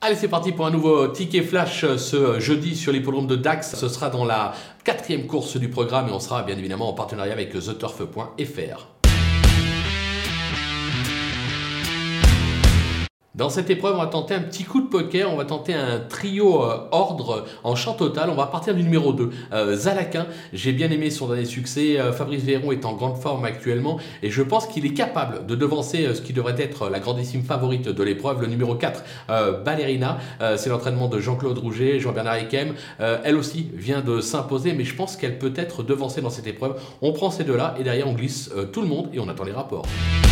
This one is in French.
Allez, c'est parti pour un nouveau ticket flash ce jeudi sur l'hippodrome de Dax. Ce sera dans la 4e course du programme et on sera bien évidemment en partenariat avec TheTurf.fr. Dans cette épreuve, on va tenter un petit coup de poker, on va tenter un trio ordre en champ total. On va partir du numéro 2, Zalaquin. J'ai bien aimé son dernier succès. Fabrice Véron est en grande forme actuellement et je pense qu'il est capable de devancer ce qui devrait être la grandissime favorite de l'épreuve, le numéro 4, Ballerina. C'est l'entraînement de Jean-Claude Rouget, Jean-Bernard Ekem. Elle aussi vient de s'imposer, mais je pense qu'elle peut être devancée dans cette épreuve. On prend ces deux-là et derrière on glisse tout le monde et on attend les rapports.